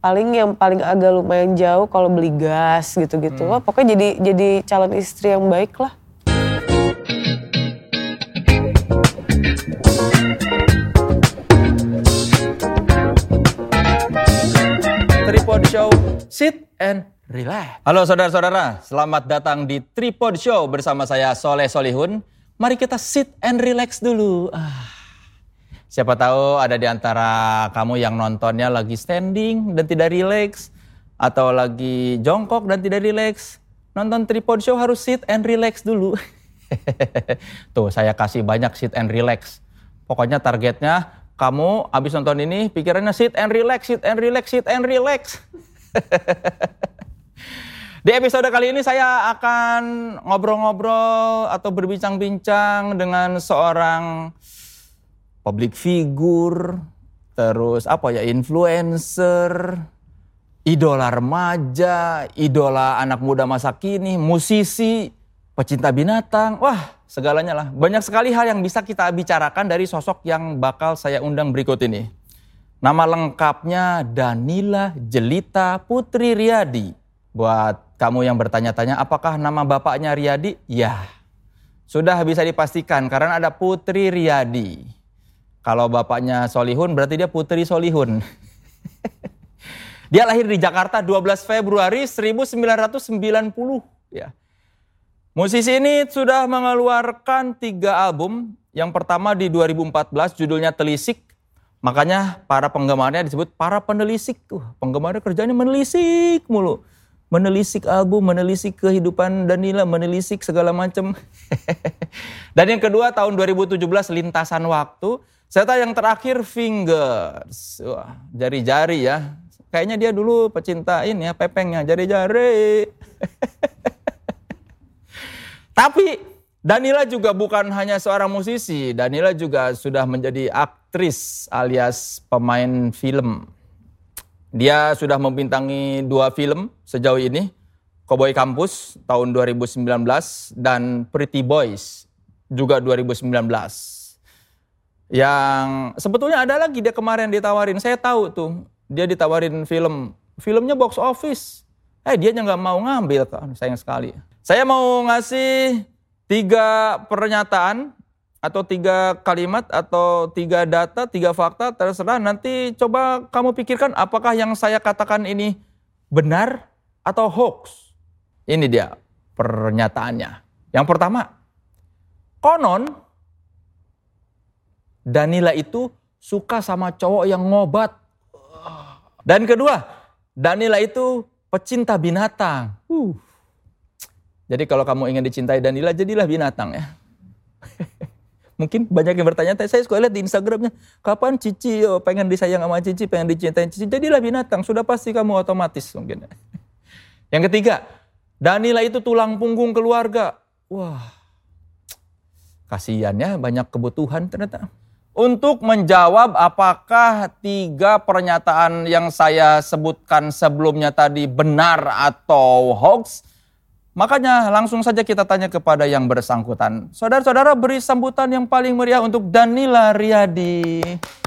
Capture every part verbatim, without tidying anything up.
paling yang paling agak lumayan jauh kalau beli gas gitu-gitu. Hmm. Wah, pokoknya jadi jadi calon istri yang baik lah. Tripod Show, sit and relax. Halo saudara-saudara, selamat datang di Tripod Show bersama saya Soleh Solihun. Mari kita sit and relax dulu. Ah. Siapa tahu ada di antara kamu yang nontonnya lagi standing dan tidak relax, atau lagi jongkok dan tidak relax. Nonton Tripod Show harus sit and relax dulu. Tuh, saya kasih banyak sit and relax. Pokoknya targetnya kamu abis nonton ini pikirannya sit and relax, sit and relax, sit and relax. Di episode kali ini saya akan ngobrol-ngobrol atau berbincang-bincang dengan seorang public figure, terus apa ya, influencer, idola remaja, idola anak muda masa kini, musisi, pecinta binatang, wah segalanya lah. Banyak sekali hal yang bisa kita bicarakan dari sosok yang bakal saya undang berikut ini. Nama lengkapnya Danila Jelita Putri Riyadi. Buat kamu yang bertanya-tanya apakah nama bapaknya Riyadi? Ya, sudah bisa dipastikan karena ada Putri Riyadi. Kalau bapaknya Solihun berarti dia Putri Solihun. Dia lahir di Jakarta dua belas Februari seribu sembilan ratus sembilan puluh. Ya. Musisi ini sudah mengeluarkan tiga album. Yang pertama di dua ribu empat belas judulnya Telisik. Makanya para penggemarnya disebut para penelisik. Uh, penggemarnya kerjanya menelisik mulu. Menelisik album, menelisik kehidupan Danila, menelisik segala macam. Dan yang kedua tahun dua ribu tujuh belas Lintasan Waktu. Serta yang terakhir Fingers. Wah, jari-jari ya. Kayaknya dia dulu pecinta ini ya, pepengnya, jari-jari. Tapi Danila juga bukan hanya seorang musisi. Danila juga sudah menjadi aktris alias pemain film. Dia sudah membintangi dua film sejauh ini. Cowboy Kampus tahun dua ribu sembilan belas dan Pretty Boys juga dua ribu sembilan belas. Yang sebetulnya ada lagi dia kemarin ditawarin. Saya tahu tuh dia ditawarin film. Filmnya box office. Eh dia nggak mau ngambil, sayang sekali. Saya mau ngasih tiga pernyataan atau tiga kalimat atau tiga data, tiga fakta, terserah. Nanti coba kamu pikirkan apakah yang saya katakan ini benar atau hoax. Ini dia pernyataannya. Yang pertama, konon Danila itu suka sama cowok yang ngobat. Dan kedua, Danila itu pecinta binatang. Uh. Jadi kalau kamu ingin dicintai Danila, jadilah binatang ya. Mungkin banyak yang bertanya, saya suka lihat di Instagramnya, kapan Cici oh, pengen disayang sama Cici, pengen dicintai Cici, jadilah binatang, sudah pasti kamu otomatis mungkin. Yang ketiga, Danila itu tulang punggung keluarga. Wah, kasihan ya, banyak kebutuhan ternyata. Untuk menjawab apakah tiga pernyataan yang saya sebutkan sebelumnya tadi benar atau hoax, makanya langsung saja kita tanya kepada yang bersangkutan. Saudara-saudara, beri sambutan yang paling meriah untuk Danila Riyadi.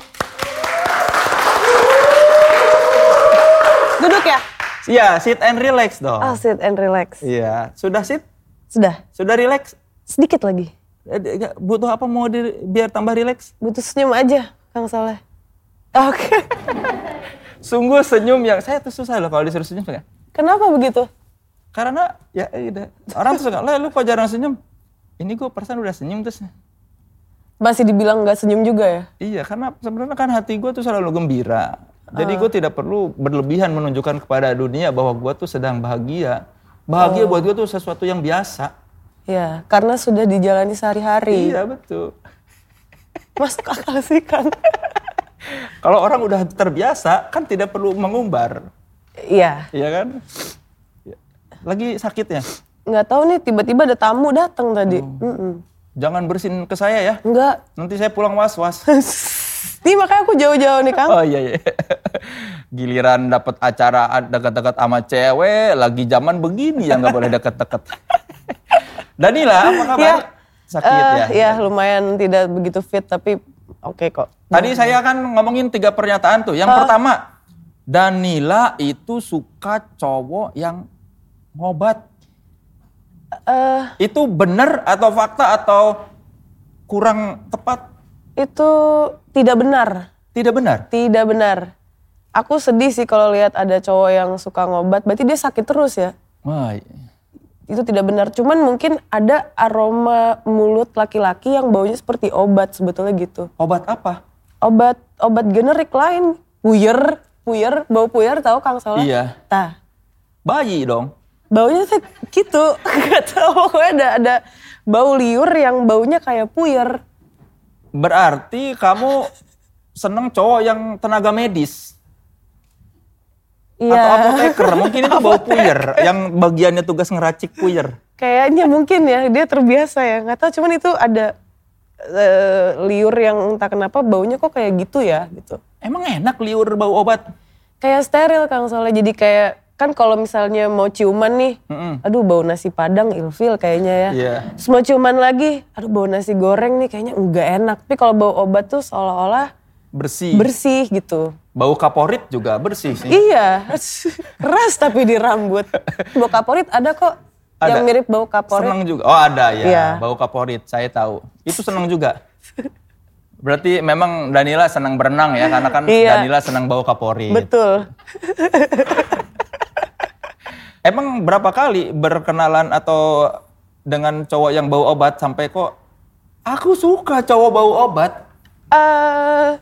Duduk ya? Iya, sit and relax dong. Oh, sit and relax. Iya, sudah sit? Sudah. Sudah relax? Sedikit lagi. Butuh apa mau di, biar tambah relax? Butuh senyum aja, Kang Soleh. Oke. Okay. Sungguh senyum yang, saya tuh susah loh kalau disuruh senyum. Kan? Kenapa begitu? Karena ya udah, orang tuh suka, lah lu kok jarang senyum? Ini gue perasaan udah senyum terus. Masih dibilang gak senyum juga ya? Iya, karena sebenarnya kan hati gue tuh selalu gembira. Jadi uh. gue tidak perlu berlebihan menunjukkan kepada dunia bahwa gue tuh sedang bahagia. Bahagia oh. buat gue tuh sesuatu yang biasa. Ya, karena sudah dijalani sehari-hari. Iya, betul. Masuk akal sih, Kang. Kalau orang udah terbiasa, kan tidak perlu mengumbar. Iya. Iya kan? Lagi sakit ya? Nggak tahu nih, tiba-tiba ada tamu datang tadi. Oh. Jangan bersin ke saya ya. Enggak. Nanti saya pulang was-was. Nih makanya aku jauh-jauh nih, Kang. Oh iya, iya. Giliran dapat acara dekat-dekat sama cewek, lagi zaman begini ya nggak boleh deket-deket. Danila, apa kabar? Ya, sakit uh, ya? Ya lumayan tidak begitu fit tapi oke okay kok. Tadi saya kan ngomongin tiga pernyataan tuh. Yang uh. pertama, Danila itu suka cowok yang ngobat. Eh, Itu benar atau fakta atau kurang tepat? itu tidak benar. Tidak benar? Tidak benar. Aku sedih sih kalau lihat ada cowok yang suka ngobat, berarti dia sakit terus ya. Wah, Itu tidak benar. Cuman mungkin ada aroma mulut laki-laki yang baunya seperti obat sebetulnya gitu. obat apa? Obat obat generik lain, puyer, puyer, bau puyer tahu Kang Solah? Iya. Tah, Bayi dong. baunya tuh gitu. Gak tahu pokoknya ada ada bau liur yang baunya kayak puyer. Berarti kamu seneng cowok yang tenaga medis? Iya. Atau apoteker? Mungkin itu bau puyer, yang bagiannya tugas ngeracik puyer. Kayaknya mungkin ya, dia terbiasa ya. Nggak tahu, cuman itu ada eh, liur yang entah kenapa baunya kok kayak gitu ya gitu. Emang enak liur bau obat? Kayak steril Kang soalnya, jadi kayak kan kalau misalnya mau ciuman nih, Mm-mm. aduh bau nasi padang ilfil kayaknya ya. Iya. Terus mau ciuman lagi, aduh bau nasi goreng nih kayaknya enggak enak. Tapi kalau bau obat tuh seolah-olah Bersih. bersih gitu. Bau kaporit juga bersih sih. Iya, keras tapi di rambut. Bau kaporit ada kok yang Ada. mirip bau kaporit. Seneng juga. Oh ada ya, Iya. bau kaporit. Saya tahu. Itu seneng juga. Berarti memang Danila senang berenang ya, karena kan Iya. Danila senang bau kaporit. Betul. Emang berapa kali berkenalan atau dengan cowok yang bau obat sampai kok aku suka cowok bau obat? eh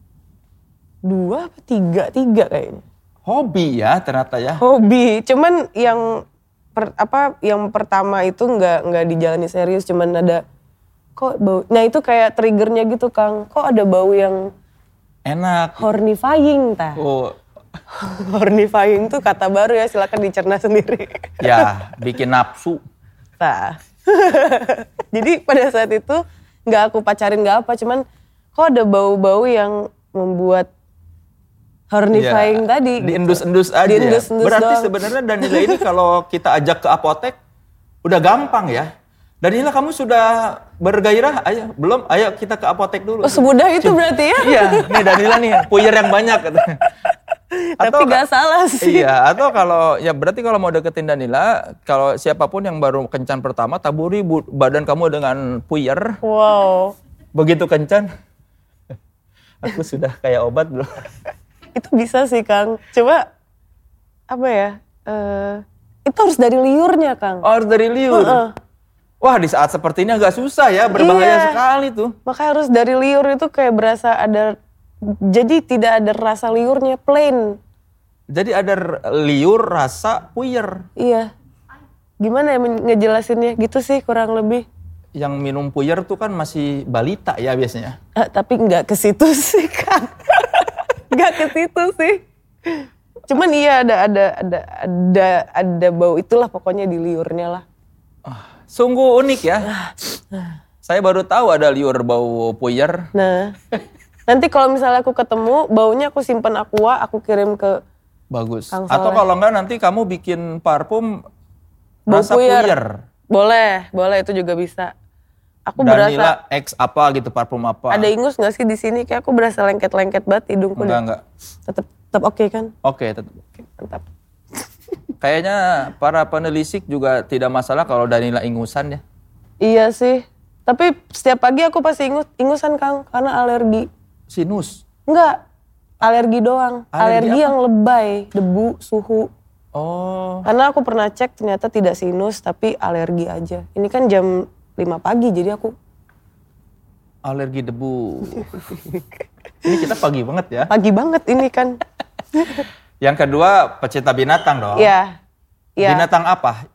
dua apa tiga? Tiga kayaknya. Hobi ya ternyata ya. Hobi. Cuman yang per- apa yang pertama itu nggak nggak dijalani serius, cuman ada kok bau. Nah itu kayak triggernya gitu Kang. Kok ada bau yang Enak. hornifying tah. Oh, Hornifying tuh kata baru ya, silakan dicerna sendiri. ya bikin nafsu. Tah. Jadi pada saat itu nggak aku pacarin nggak apa, cuman kok ada bau-bau yang membuat hornifying Ya, tadi. gitu. diendus-endus aja. Diendus-endus Berarti doang. sebenarnya Danila ini kalau kita ajak ke apotek udah gampang ya. Danila kamu sudah bergairah? Ayo, belum? Ayo kita ke apotek dulu. Oh semudah itu berarti ya? Iya, nih Danila nih, puyer yang banyak. Tapi gak salah sih. Iya, atau kalau ya berarti kalau mau deketin Danila, kalau siapapun yang baru kencan pertama, taburi bu- badan kamu dengan puyer. Wow. Begitu kencan, aku sudah kayak obat belum? Itu bisa sih Kang. Coba apa ya? eh itu harus dari liurnya Kang. Oh, harus dari liur. Heeh. Wah, di saat seperti ini agak susah ya, berbahaya Iya. sekali tuh. Makanya harus dari liur itu kayak berasa ada, jadi tidak ada rasa liurnya, plain. Jadi ada r- liur rasa puyer. Iya. Gimana ya men- ngejelasinnya? Gitu sih kurang lebih. Yang minum puyer tuh kan masih balita ya biasanya. Ah, tapi nggak ke situ sih Kang. Nggak ke situ sih. Cuman iya ada ada ada ada ada bau itulah pokoknya di liurnya lah. Sungguh unik ya. Saya baru tahu ada liur bau puyer. Nah, nanti kalau misalnya aku ketemu, baunya aku simpan aqua, aku kirim ke Bagus. Kang Atau Soleh. kalau enggak nanti kamu bikin parfum bau rasa puyer. puyer. Boleh, boleh itu juga bisa. Aku berasa Danila X apa gitu, parfum apa. ada ingus nggak sih di sini? Kayak aku berasa lengket-lengket banget hidungku. Enggak, enggak. Tetap tetap oke kan? Oke, tetap. Mantap. Kayaknya para penelisik juga tidak masalah kalau Danila ingusan ya. Iya sih. Tapi setiap pagi aku pasti ingus, ingusan Kang karena alergi. Sinus. Enggak, alergi doang. Alergi Alergi, apa? yang lebay, debu, suhu. Oh, Karena aku pernah cek ternyata tidak sinus tapi alergi aja. Ini kan jam lima pagi jadi aku alergi debu. Ini kita pagi banget ya. pagi banget ini kan. Yang kedua, pecinta binatang dong. Iya. Iya. Binatang apa?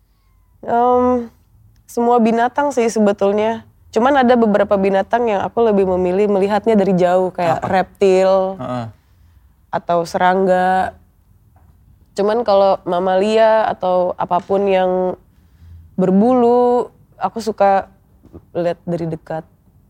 Em, semua binatang sih sebetulnya. Cuman ada beberapa binatang yang aku lebih memilih melihatnya dari jauh kayak reptil Heeh. atau serangga. Cuman kalau mamalia atau apapun yang berbulu, aku suka lihat dari dekat.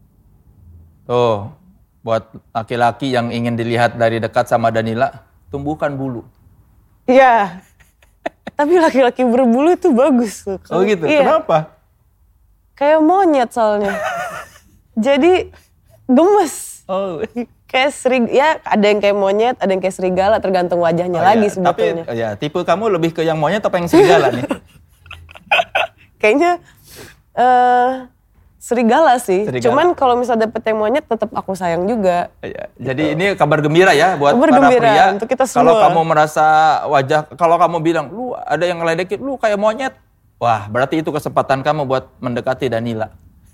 Tuh, buat laki-laki yang ingin dilihat dari dekat sama Danila, tumbuhkan bulu. Iya. Tapi laki-laki berbulu itu bagus loh. Oh gitu, Iya. kenapa? Kayak monyet soalnya. Jadi gemes. Oh, kayak serig, ya ada yang kayak monyet, ada yang kayak serigala, tergantung wajahnya Oh, lagi ya. sebetulnya. Tapi ya tipe kamu lebih ke yang monyet atau yang serigala nih? Kayaknya uh, serigala sih. Serigala. Cuman kalau misal dapet yang monyet tetap aku sayang juga. Ya, jadi ini kabar gembira ya buat Kabar para gembira pria. untuk kita Kalau semua. kamu merasa wajah, kalau kamu bilang lu ada yang ngeledekin, lu kayak monyet. Wah, berarti itu kesempatan kamu buat mendekati Danila.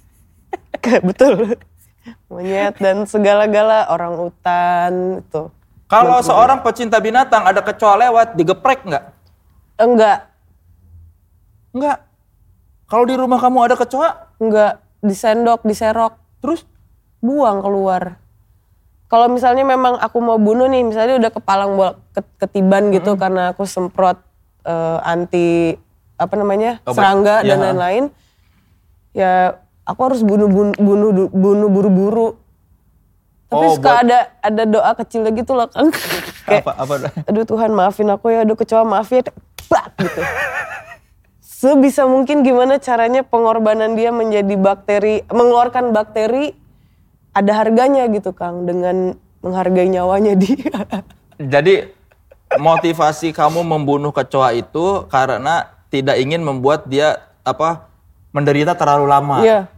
Betul. Monyet dan segala-gala orang utan itu. Kalau seorang pecinta binatang ada kecoa lewat, digeprek nggak? Enggak, Nggak. Kalau di rumah kamu ada kecoa, enggak disendok, diserok, terus buang keluar. Kalau misalnya memang aku mau bunuh nih, misalnya udah kepalang bola ketiban gitu hmm. karena aku semprot uh, anti apa namanya Obat. serangga Ya. dan lain-lain, ya aku harus bunuh bunuh bunuh, bunuh buru-buru. Tapi Oh, suka buat- ada ada doa kecilnya gitu loh kan. Kayak, apa apa? aduh Tuhan maafin aku ya, aduh kecoa maaf ya, bak gitu. Sebisa mungkin gimana caranya pengorbanan dia menjadi bakteri, mengeluarkan bakteri, ada harganya gitu Kang, dengan menghargai nyawanya dia. Jadi motivasi kamu membunuh kecoa itu karena tidak ingin membuat dia apa menderita terlalu lama. Iya.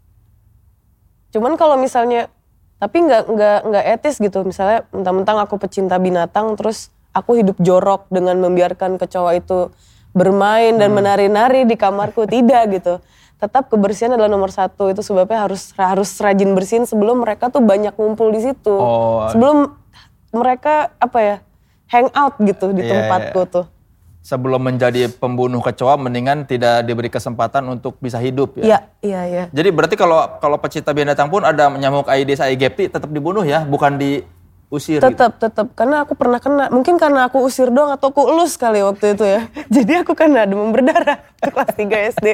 Cuman kalau misalnya, tapi nggak nggak nggak etis gitu. Misalnya mentang-mentang aku pecinta binatang, terus aku hidup jorok dengan membiarkan kecoa itu bermain dan Hmm. menari-nari di kamarku, tidak gitu. Tetap kebersihan adalah nomor satu. Itu sebabnya harus harus rajin bersihin sebelum mereka tuh banyak ngumpul di situ. Oh. Sebelum mereka apa ya hang out gitu di Iya, tempatku iya. tuh. Sebelum menjadi pembunuh kecoa, mendingan tidak diberi kesempatan untuk bisa hidup ya. Iya iya iya. Jadi berarti kalau kalau pecinta binatang pun ada nyamuk Aedes aegypti tetap dibunuh ya, bukan diusir. Gitu. Tetap, tetap. Karena aku pernah kena. Mungkin karena aku usir doang atau aku elus kali waktu itu ya. Jadi aku kena demam berdarah. Itu kelas tiga S D.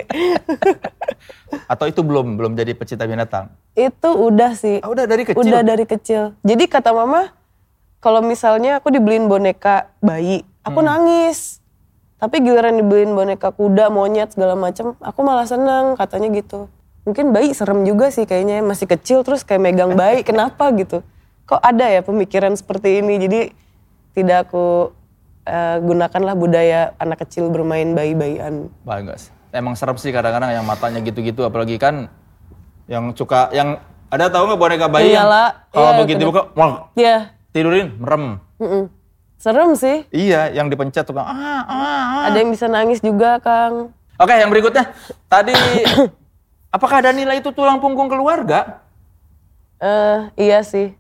Atau itu belum belum jadi pecinta binatang? Itu udah sih. Ah, udah dari kecil? Udah dari kecil. Jadi kata mama, kalau misalnya aku dibeliin boneka bayi, aku Hmm. nangis. Tapi giliran dibeliin boneka kuda, monyet, segala macam, aku malah seneng katanya gitu. Mungkin bayi serem juga sih kayaknya. Masih kecil terus kayak megang bayi. Kenapa gitu? Kok ada ya pemikiran seperti ini? Jadi tidak aku uh, gunakanlah budaya anak kecil bermain bayi-bayian. Bagus. Emang serem sih kadang-kadang yang matanya gitu-gitu, apalagi kan yang suka yang ada tahu nggak boneka bayi yang Iyalah, kalau iya, begitu kedap- buka, wah, Ya, tidurin merem. mm-mm. Serem sih. Iya, yang dipencet tuh kan. Ah, ah, ah. Ada yang bisa nangis juga, Kang. Oke, yang berikutnya. Tadi apakah Danila itu tulang punggung keluarga? Eh, iya sih.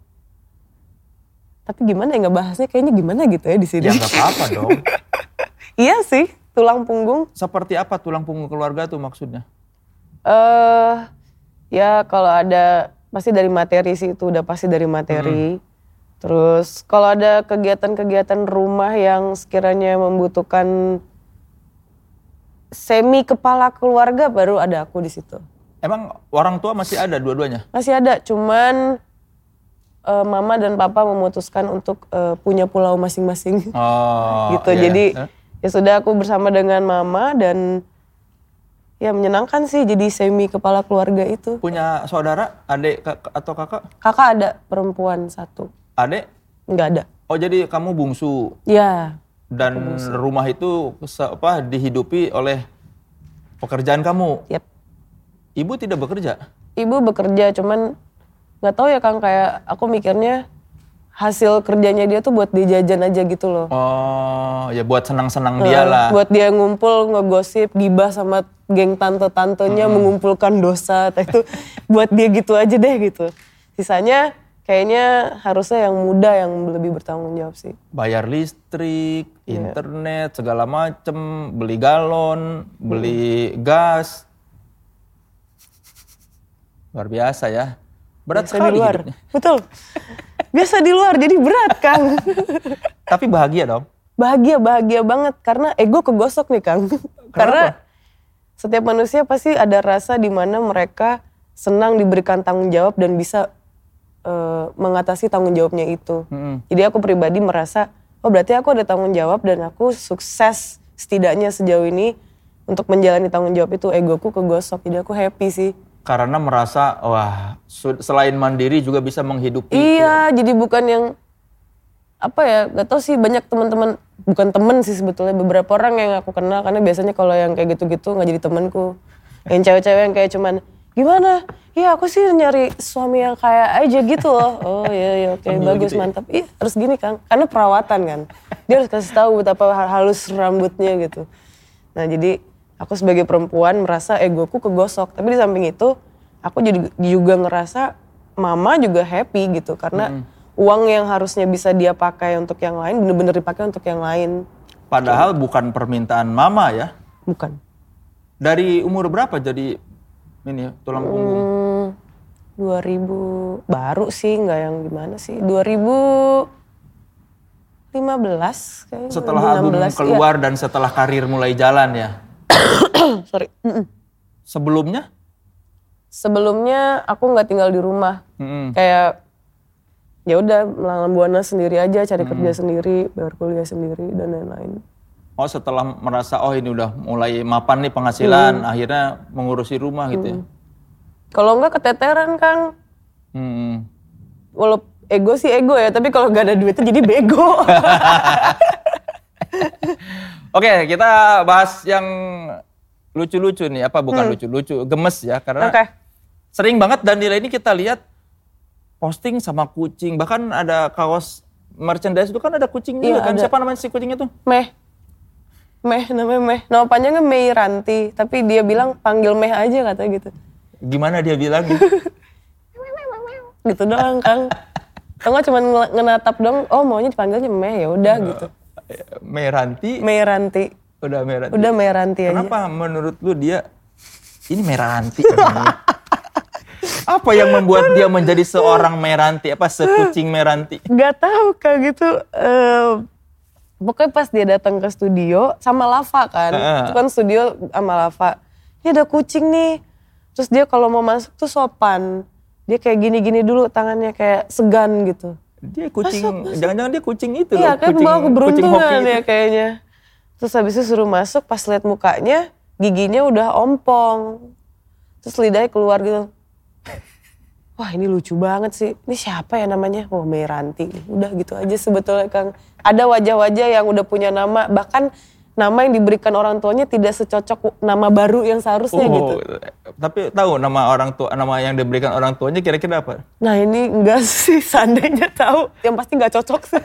Tapi gimana ya ngebahasnya kayaknya gimana gitu ya di sini. Ya nggak apa-apa dong. Iya sih, tulang punggung. Seperti apa tulang punggung keluarga tuh maksudnya? Eh, ya kalau ada pasti dari materi sih, itu udah pasti dari materi. Terus kalau ada kegiatan-kegiatan rumah yang sekiranya membutuhkan semi kepala keluarga, baru ada aku di situ. Emang orang tua masih ada dua-duanya? Masih ada, cuman eh, mama dan papa memutuskan untuk eh, punya pulau masing-masing. Oh, gitu. iya. Jadi Eh? ya sudah aku bersama dengan mama dan ya menyenangkan sih jadi semi kepala keluarga itu. Punya saudara, adik kak- atau kakak? Kakak ada perempuan satu, Adik? nggak ada. Oh jadi kamu bungsu Ya, dan rumah itu se- apa dihidupi oleh pekerjaan kamu. yep. Ibu tidak bekerja? Ibu bekerja, cuman nggak tahu ya Kang, kayak aku mikirnya hasil kerjanya dia tuh buat dia jajan aja gitu loh. Oh, ya buat senang-senang dia Eh, lah. Buat dia ngumpul, ngegosip, gibah sama geng tante-tantenya, mengumpulkan dosa. Nah, itu buat dia gitu aja deh gitu. Sisanya kayaknya harusnya yang muda yang lebih bertanggung jawab sih. Bayar listrik, internet, segala macem, beli galon, beli gas. Luar biasa ya. Berat Biasa di sekali luar. hidupnya. Betul. Biasa di luar, jadi berat Kang. Tapi bahagia dong. Bahagia, bahagia banget. Karena ego kegosok nih Kang. Karena setiap manusia pasti ada rasa di mana mereka senang diberikan tanggung jawab dan bisa eh, mengatasi tanggung jawabnya itu. Mm-mm. Jadi aku pribadi merasa, oh berarti aku ada tanggung jawab dan aku sukses setidaknya sejauh ini untuk menjalani tanggung jawab itu. Egoku kegosok, jadi aku happy sih. Karena merasa wah selain mandiri juga bisa menghidupi. Iya, itu. Jadi bukan yang apa ya, gak tau sih, banyak teman-teman, bukan temen sih sebetulnya, beberapa orang yang aku kenal, karena biasanya kalau yang kayak gitu-gitu gak jadi temanku. Yang cewek-cewek yang kayak cuman, gimana? Ya aku sih nyari suami yang kayak aja gitu loh. Oh iya, iya oke, okay, bagus, gitu mantap. Ya? Iya harus gini kan, karena perawatan kan. Dia harus kasih tahu betapa halus rambutnya gitu. Nah jadi aku sebagai perempuan merasa egoku kegosok. Tapi di samping itu, aku jadi juga ngerasa mama juga happy gitu, karena hmm. uang yang harusnya bisa dia pakai untuk yang lain, bener-bener dipakai untuk yang lain. Padahal gitu. Bukan permintaan mama ya? Bukan. Dari umur berapa jadi ini tulang punggung? Hmm, dua ribu, baru sih, nggak yang gimana sih, dua ribu lima belas kayaknya. Setelah album keluar ya. Dan setelah karir mulai jalan ya? Sorry. Sebelumnya? Sebelumnya aku nggak tinggal di rumah. Mm-hmm. Kayak ya udah melalang buana sendiri aja, cari hmm. kerja sendiri, bayar kuliah sendiri dan lain-lain. Oh setelah merasa oh ini udah mulai mapan nih penghasilan, hmm. akhirnya mengurusi rumah gitu hmm. ya? Kalau enggak keteteran Kang. Hmm. Walau ego sih ego ya, tapi kalau nggak ada duitnya jadi bego. Oke, kita bahas yang lucu-lucu nih, apa bukan hmm. lucu-lucu, gemes ya, karena okay. sering banget dan nilai ini kita lihat posting sama kucing, bahkan ada kaos merchandise itu kan ada kucingnya, iya, kan ada. Siapa namanya si kucingnya tuh? Meh. Meh namanya Meh. Nama panjangnya Meiranti, tapi dia bilang panggil Meh aja katanya gitu. Gimana dia bilang? Gitu doang Kang. Kalau cuma ngenatap dong, oh maunya dipanggilnya Meh, ya udah gitu. Meiranti? Meiranti. Udah Meiranti. Udah Meiranti aja. Kenapa menurut lu dia ini Meiranti? Apa yang membuat dia menjadi seorang Meiranti? Apa sekucing Meiranti? Gak tahu Kak gitu. Uh, pokoknya pas dia datang ke studio sama Lava kan. Uh. Itu kan studio sama Lava. Ini ada kucing nih. Terus dia kalau mau masuk tuh sopan. Dia kayak gini-gini dulu tangannya kayak segan gitu. Dia kucing, masuk, masuk. Jangan-jangan dia kucing itu iya, loh. Iya kayak bawa keberuntungan ya kayaknya. Terus habis itu suruh masuk, pas lihat mukanya, giginya udah ompong. Terus lidahnya keluar gitu. Wah ini lucu banget sih, ini siapa ya namanya? Oh Meiranti, udah gitu aja sebetulnya Kang. Ada wajah-wajah yang udah punya nama, bahkan nama yang diberikan orang tuanya tidak secocok nama baru yang seharusnya oh, gitu. Tapi tahu nama orang tua, nama yang diberikan orang tuanya kira-kira apa? Nah ini enggak sih, seandainya tahu, yang pasti nggak cocok sih.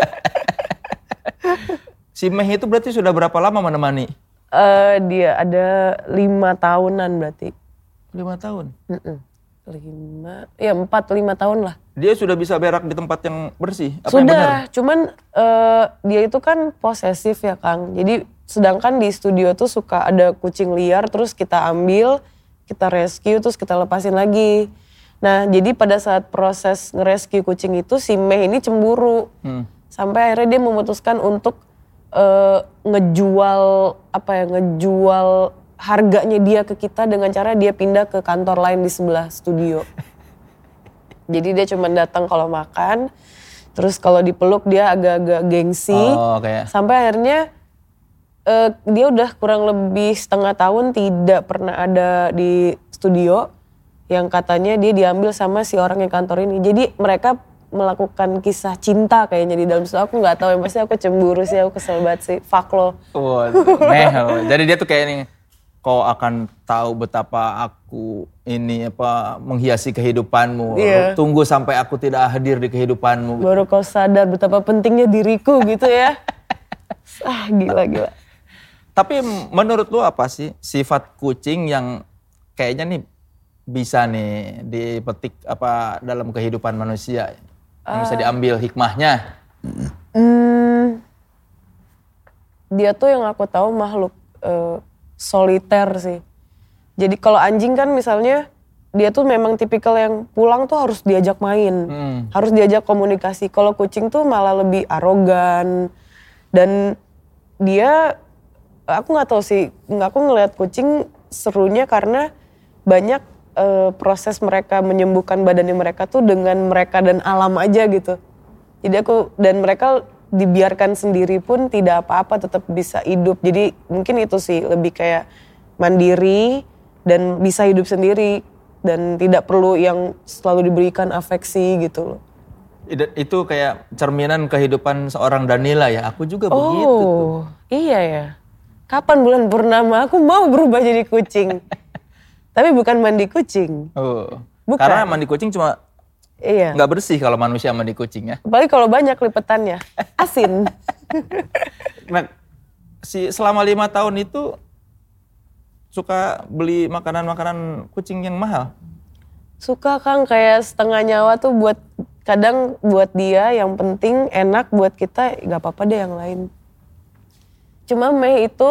Si Meh itu berarti sudah berapa lama menemani? Uh, dia ada lima tahunan berarti. Lima tahun? Mm-mm. lima, ya empat lima tahun lah. Dia sudah bisa berak di tempat yang bersih? Apa sudah, yang benar? Cuman uh, dia itu kan posesif ya Kang. Jadi sedangkan di studio tuh suka ada kucing liar terus kita ambil, kita rescue terus kita lepasin lagi. Nah jadi pada saat proses nge-rescue kucing itu si Meh ini cemburu. Hmm. Sampai akhirnya dia memutuskan untuk uh, ngejual, apa ya, ngejual harganya dia ke kita dengan cara dia pindah ke kantor lain di sebelah studio. Jadi dia cuma datang kalau makan, terus kalau dipeluk dia agak-agak gengsi. Oh, okay. Sampai akhirnya uh, dia udah kurang lebih setengah tahun tidak pernah ada di studio, yang katanya dia diambil sama si orang yang kantor ini. Jadi mereka melakukan kisah cinta kayaknya di dalam studio. Aku nggak tahu, yang pasti aku cemburu sih, aku kesel banget sih. Fuck lo. Oh, Meh. Jadi dia tuh kayak ini. Kau akan tahu betapa aku ini apa menghiasi kehidupanmu. Yeah. Tunggu sampai aku tidak hadir di kehidupanmu. Baru kau sadar betapa pentingnya diriku gitu ya. Ah gila-gila. Tapi menurut lu apa sih sifat kucing yang kayaknya nih bisa nih dipetik apa dalam kehidupan manusia? Yang uh, bisa diambil hikmahnya? Hmm, dia tuh yang aku tahu makhluk uh, soliter sih. Jadi kalau anjing kan misalnya dia tuh memang tipikal yang pulang tuh harus diajak main, hmm. harus diajak komunikasi. Kalau kucing tuh malah lebih arogan dan dia, aku nggak tahu sih, nggak aku ngelihat kucing serunya karena banyak uh, proses mereka menyembuhkan badannya mereka tuh dengan mereka dan alam aja gitu. Jadi aku dan mereka dibiarkan sendiri pun tidak apa-apa, tetap bisa hidup. Jadi mungkin itu sih lebih kayak mandiri dan bisa hidup sendiri. dan tidak perlu yang selalu diberikan afeksi gitu loh. Itu kayak cerminan kehidupan seorang Danila ya. Aku juga oh, begitu tuh. Oh iya ya. Kapan bulan purnama aku mau berubah jadi kucing. Tapi bukan mandi kucing. Oh. Bukan. Karena mandi kucing cuma iya. nggak bersih kalau manusia mandi kucing ya. Apalagi kalau banyak lipetannya. Asin. Nah, si selama lima tahun itu suka beli makanan-makanan kucing yang mahal? Suka Kang, kayak setengah nyawa tuh buat kadang buat dia, yang penting enak buat kita, gak apa-apa deh yang lain. Cuma Mei itu,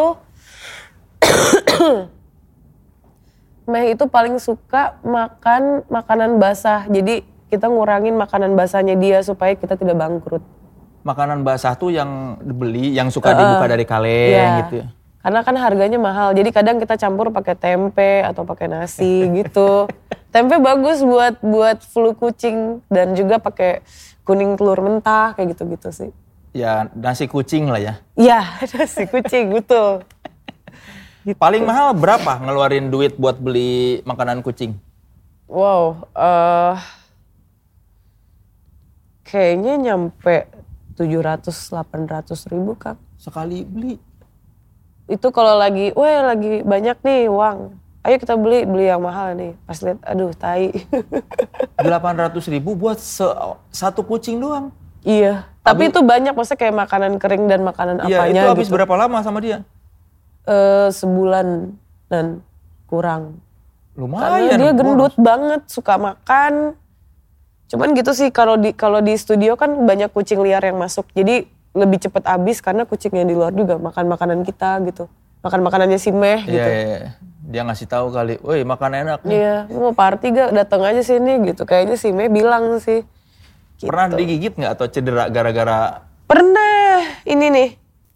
Mei itu paling suka makan makanan basah. Jadi kita ngurangin makanan basahnya dia supaya kita tidak bangkrut. Makanan basah tuh yang dibeli, yang suka dibuka uh, dari kaleng iya. gitu ya? Karena kan harganya mahal, jadi kadang kita campur pakai tempe atau pakai nasi gitu. Tempe bagus buat buat flu kucing dan juga pakai kuning telur mentah kayak gitu-gitu sih. Ya nasi kucing lah ya. Iya nasi kucing betul. Gitu. Paling mahal berapa ngeluarin duit buat beli makanan kucing? Wow, uh, kayaknya nyampe tujuh ratus delapan ratus ribu Kang. Sekali beli? Itu kalau lagi, wah lagi banyak nih uang. Ayo kita beli, beli yang mahal nih. Pas lihat, aduh tai. delapan ratus ribu buat se satu kucing doang? Iya, tapi Abu, itu banyak maksudnya kayak makanan kering dan makanan iya, apanya gitu. Itu habis gitu. Berapa lama sama dia? Uh, sebulan dan kurang. Lumayan. Karena dia gendut bos. banget, suka makan. Cuman gitu sih, kalau di kalau di studio kan banyak kucing liar yang masuk. Jadi lebih cepat habis karena kucing yang di luar juga makan makanan kita gitu. Makan makanannya si Meh gitu. Iya, iya. Dia ngasih tahu kali, woi makan enak nih. Iya, mau party gak? Datang aja sini gitu. Kayaknya si Meh bilang sih. Gitu. Pernah digigit nggak atau cedera gara-gara? Pernah, ini nih.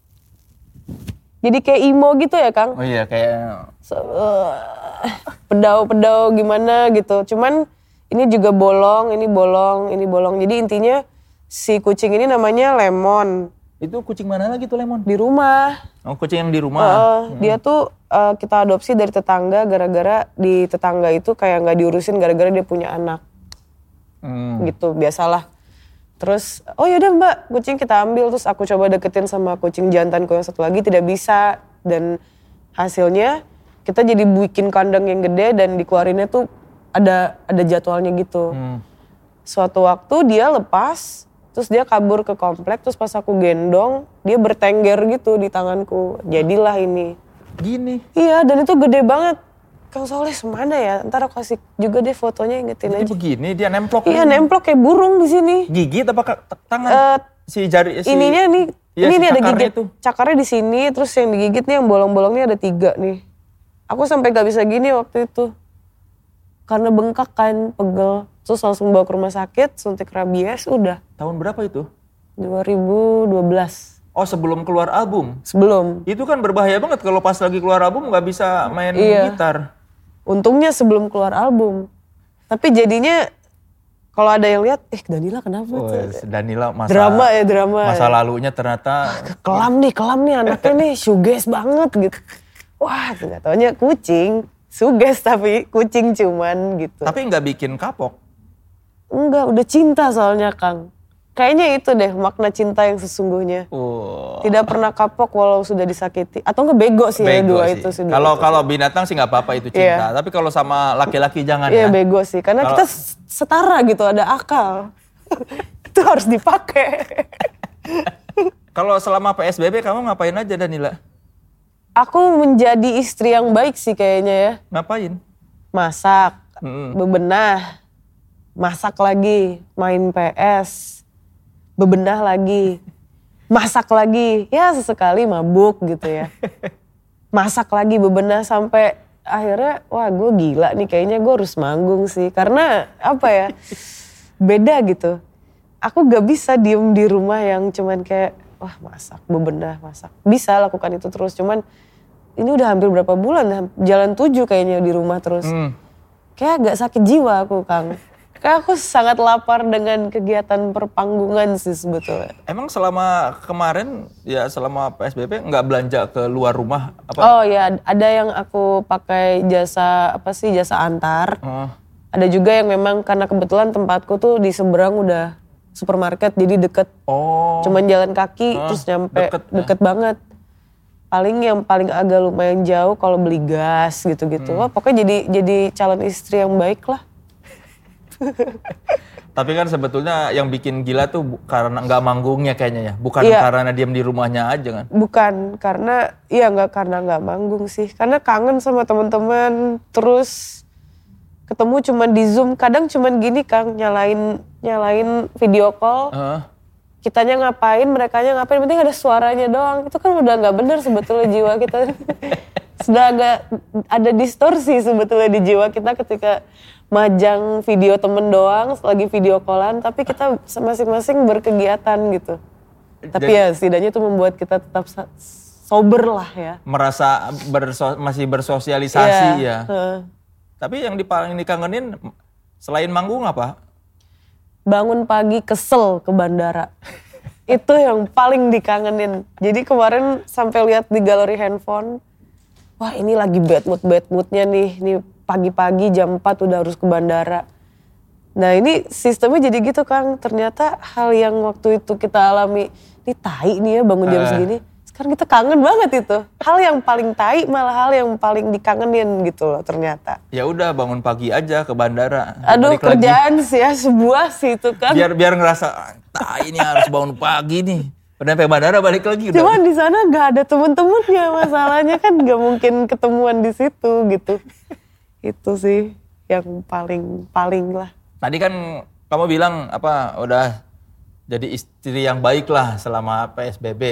Jadi kayak emo gitu ya Kang? Oh iya, kayak... So, uh, pedau-pedau gimana gitu. Cuman ini juga bolong, ini bolong, ini bolong. Jadi intinya si kucing ini namanya Lemon. Itu kucing mana lagi tuh Lemon? Di rumah. Oh kucing yang di rumah? Uh, hmm. Dia tuh uh, kita adopsi dari tetangga gara-gara di tetangga itu kayak gak diurusin gara-gara dia punya anak. Hmm. Gitu, biasalah. Terus, oh yaudah mbak, kucing kita ambil. Terus aku coba deketin sama kucing jantanku yang satu lagi, tidak bisa. Dan hasilnya kita jadi bikin kandang yang gede dan dikeluarinnya tuh ada ada jadwalnya gitu. Hmm. Suatu waktu dia lepas, terus dia kabur ke komplek, terus pas aku gendong, dia bertengger gitu di tanganku. Jadilah ini. Gini? Iya, dan itu gede banget. Kang Soleh semana ya? Ntar aku kasih juga deh fotonya, ingetin jadi aja. Begini, dia nemplok. Iya, nemplok kayak burung di sini. Gigit apa tangan? Uh, si jari, si... Ininya nih, ya, ini si nih ada gigit. Itu. Cakarnya di sini, terus yang digigit nih yang bolong-bolongnya ada tiga nih. Aku sampai gak bisa gini waktu itu. Karena bengkak kan, pegel. Terus langsung bawa ke rumah sakit, suntik rabies, udah. Tahun berapa itu? dua ribu dua belas. Oh sebelum keluar album? Sebelum. Itu kan berbahaya banget kalau pas lagi keluar album gak bisa main iya. gitar. Untungnya sebelum keluar album. Tapi jadinya kalau ada yang lihat, eh Danila kenapa? Oh, Danila masa... Drama ya drama. Masa ya. lalunya ternyata... Kelam nih, kelam nih anaknya nih, suges banget gitu. Wah ternyata taunya kucing. Suges tapi kucing cuman gitu. Tapi gak bikin kapok? Enggak, udah cinta soalnya Kang. Kayaknya itu deh makna cinta yang sesungguhnya. Oh. Tidak pernah kapok walau sudah disakiti. Atau nggak bego sih bego ya dua sih. itu sih. Kalau kalau binatang sih nggak apa-apa itu cinta. Yeah. Tapi kalau sama laki-laki jangan yeah, ya. Iya bego sih. Karena kalo... kita setara gitu, ada akal. Itu harus dipakai. Kalau selama P S B B kamu ngapain aja Danila? Aku menjadi istri yang baik sih kayaknya ya. Ngapain? Masak, mm-hmm. bebenah, masak lagi, main P S. Bebenah lagi, masak lagi, ya sesekali mabuk gitu ya. Masak lagi, bebenah sampai akhirnya, wah gue gila nih kayaknya gue harus manggung sih. Karena apa ya, beda gitu. Aku gak bisa diem di rumah yang cuman kayak, wah masak, bebenah, masak. Bisa lakukan itu terus, cuman ini udah hampir berapa bulan, jalan tujuh kayaknya di rumah terus. Hmm. Kayak agak sakit jiwa aku Kang. Kayak aku sangat lapar dengan kegiatan perpanggungan sih sebetulnya. Emang selama kemarin, ya selama P S B B nggak belanja ke luar rumah? Apa? Oh ya, ada yang aku pakai jasa, apa sih, jasa antar. Oh. Ada juga yang memang karena kebetulan tempatku tuh di seberang udah supermarket jadi deket. Oh. Cuman jalan kaki Hah, terus nyampe deket deket, ya? banget. Paling yang paling agak lumayan jauh kalau beli gas gitu-gitu. Hmm. Wah, pokoknya jadi jadi calon istri yang baik lah. Tapi kan sebetulnya yang bikin gila tuh bu- karena nggak manggungnya kayaknya ya. Bukan Iya. karena diam di rumahnya aja kan. Bukan karena, iya nggak karena nggak manggung sih. Karena kangen sama teman-teman. Terus ketemu cuman di Zoom. Kadang cuman gini Kang, nyalain nyalain video call. Heeh. Kitanya ngapain, merekanya ngapain, penting ada suaranya doang. Itu kan udah nggak bener sebetulnya jiwa kita. Sudah agak ada distorsi sebetulnya di jiwa kita ketika majang video temen doang, lagi video callan, tapi kita masing-masing berkegiatan gitu. Tapi Jadi- ya setidaknya itu membuat kita tetap sa- sober lah ya. Merasa berso- masih bersosialisasi Iya, ya. heeh. Tapi yang di paling dikangenin selain manggung apa? Bangun pagi kesel ke bandara. Itu yang paling dikangenin. Jadi kemarin sampai lihat di galeri handphone, wah ini lagi bad mood bad moodnya nih, nih pagi-pagi jam empat udah harus ke bandara. Nah ini sistemnya jadi gitu Kang, ternyata hal yang waktu itu kita alami, ini tai nih ya bangun jam Eh. segini. Sekarang kita kangen banget itu. Hal yang paling tai malah hal yang paling dikangenin gitu loh ternyata. Ya udah bangun pagi aja ke bandara. Aduh Balik lagi. kerjaan sih ya sebuah sih itu kan. Biar biar ngerasa "Ah, tai ini harus bangun pagi nih. Udah sampai bandara balik lagi udah. Cuman di sana nggak ada temen-temennya, masalahnya kan nggak mungkin ketemuan di situ gitu. Itu sih yang paling paling lah. Tadi kan kamu bilang apa udah jadi istri yang baik lah selama P S B B.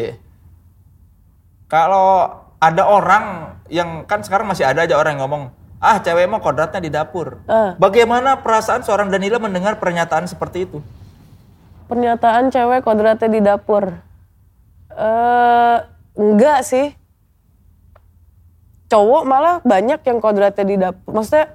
Kalau ada orang yang kan sekarang masih ada aja orang yang ngomong, ah cewek mah kodratnya di dapur. Ah. Bagaimana perasaan seorang Danila mendengar pernyataan seperti itu? Pernyataan cewek kodratnya di dapur. Eh enggak sih. Cowok malah banyak yang kodratnya di dapur. Maksudnya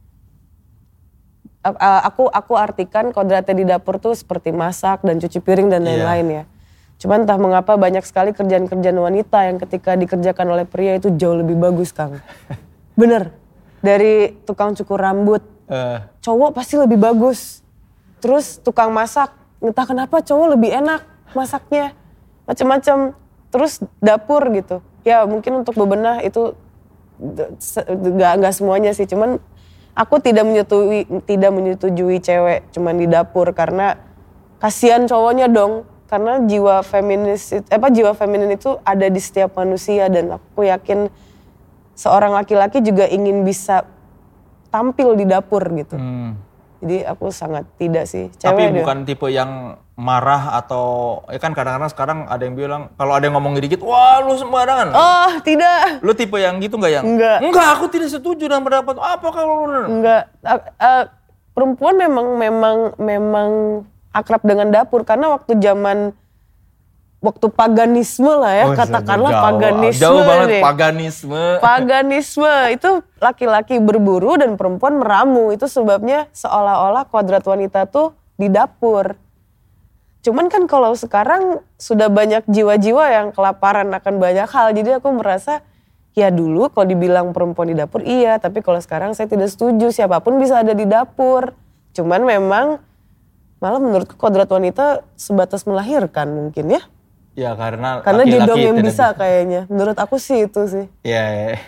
a- a- aku aku artikan kodratnya di dapur tuh seperti masak dan cuci piring dan Iya. lain-lain ya. Cuman entah mengapa banyak sekali kerjaan-kerjaan wanita yang ketika dikerjakan oleh pria itu jauh lebih bagus, Kang. Bener. Dari tukang cukur rambut, Eh, cowok pasti lebih bagus. Terus tukang masak, entah kenapa cowok lebih enak masaknya. Macam-macam. Terus dapur gitu. Ya mungkin untuk bebenah itu se- nggak nggak semuanya sih. Cuman aku tidak menyetujui tidak menyetujui cewek cuman di dapur karena kasihan cowoknya dong. Karena jiwa feminis it- apa jiwa feminin itu ada di setiap manusia dan aku yakin seorang laki-laki juga ingin bisa tampil di dapur gitu. hmm. Jadi aku sangat tidak sih. Tapi Cewek dia. bukan tipe yang marah atau ya kan kadang-kadang sekarang ada yang bilang kalau ada yang ngomong dikit, wah lu sembarangan. Oh tidak. Lu tipe yang gitu nggak yang? Enggak. Enggak, aku tidak setuju dengan pendapat. Apa kalau Enggak. A- a- perempuan memang memang memang akrab dengan dapur karena waktu zaman waktu paganisme lah ya, katakanlah jauh, paganisme Jauh banget nih. paganisme. Paganisme itu laki-laki berburu dan perempuan meramu. Itu sebabnya seolah-olah kodrat wanita tuh di dapur. Cuman kan kalau sekarang sudah banyak jiwa-jiwa yang kelaparan akan banyak hal. Jadi aku merasa ya dulu kalau dibilang perempuan di dapur iya. Tapi kalau sekarang saya tidak setuju. Siapapun bisa ada di dapur. Cuman memang malah menurutku kodrat wanita sebatas melahirkan mungkin ya. Ya karena Karena dia laki-laki dong yang tidak bisa kayaknya. Menurut aku sih itu sih. Iya. Ya.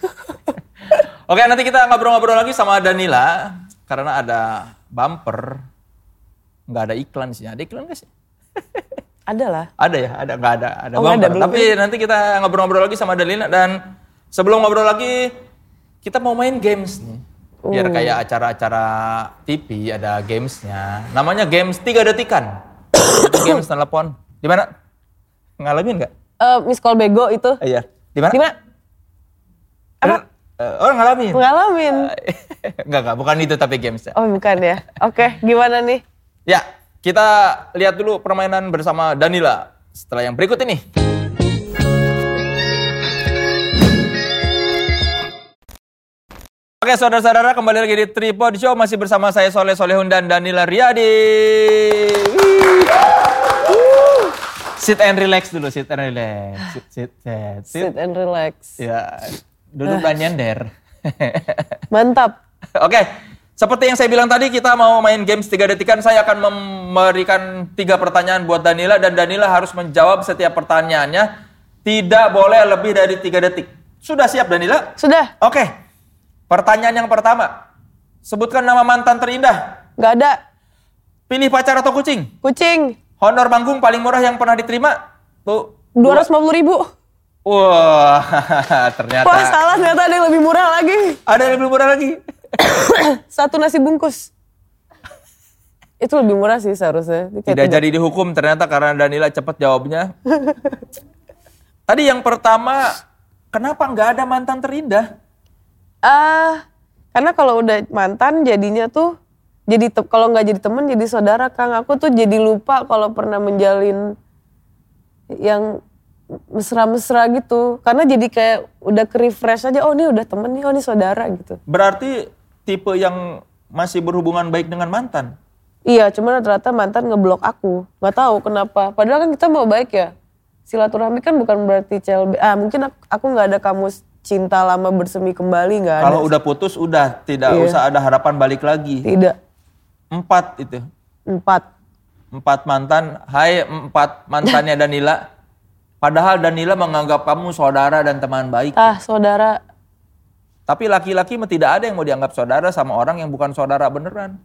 Oke, nanti kita ngobrol-ngobrol lagi sama Danila karena ada bumper. Nggak ada iklan sih. Ada iklan nggak sih? Ada lah. Ada ya, ada nggak ada, ada Oh, nggak bumper. ada, belum. Tapi nanti kita ngobrol-ngobrol lagi sama Danila dan sebelum ngobrol lagi kita mau main games nih. Biar kayak acara-acara T V ada gamesnya. Namanya games tiga detikan. Itu games telepon. Di mana? Ngalamin nggak? Eh, Miss Call Bego itu. Iya. Di mana? Di mana? Apa? Eh, oh ngalamin. Pengalamin. Enggak, enggak, bukan itu tapi gamesnya. Oh bukan ya. Oke, gimana nih? Ya, kita lihat dulu permainan bersama Danila setelah yang berikut ini. Oke saudara-saudara, kembali lagi di Tripod Show. Masih bersama saya Soleh Solehun dan Danila Riyadi. Wih. Sit and relax dulu, sit and relax. Sit, sit, sit. sit. Sit and relax. Ya, duduk dan nyender. Mantap. Oke, Seperti yang saya bilang tadi, kita mau main games tiga detikan. Saya akan memberikan tiga pertanyaan buat Danila dan Danila harus menjawab setiap pertanyaannya. Tidak boleh lebih dari tiga detik. Sudah siap Danila? Sudah. Oke. Pertanyaan yang pertama. Sebutkan nama mantan terindah. Gak ada. Pilih pacar atau kucing? Kucing. Honor manggung paling murah yang pernah diterima? Tuh. dua ratus lima puluh ribu. Wah, ternyata. Wah salah, ternyata ada yang lebih murah lagi. Ada yang lebih murah lagi? Satu nasi bungkus. Itu lebih murah sih seharusnya. Tidak jadi dihukum ternyata karena Danila cepat jawabnya. Tadi yang pertama, kenapa nggak ada mantan terindah? Ah, uh, karena kalau udah mantan jadinya tuh jadi te- kalau nggak jadi teman jadi saudara, Kang. Aku tuh jadi lupa kalau pernah menjalin yang mesra-mesra gitu. Karena jadi kayak udah ke-refresh aja, oh ini udah temen nih, oh ini saudara gitu. Berarti tipe yang masih berhubungan baik dengan mantan? Iya, cuman ternyata mantan ngeblok aku. Gak tahu kenapa. Padahal kan kita mau baik ya. Silaturahmi kan bukan berarti C L B. Ah, mungkin aku, aku gak ada kamus cinta lama bersemi kembali, gak ada. Kalau udah putus, udah. Tidak iya. usah ada harapan balik lagi. Tidak. Empat itu. Empat. Empat mantan. Hai empat mantannya Danila. Padahal Danila menganggap kamu saudara dan teman baik. Ah, saudara. Tapi laki-laki tidak ada yang mau dianggap saudara sama orang yang bukan saudara beneran.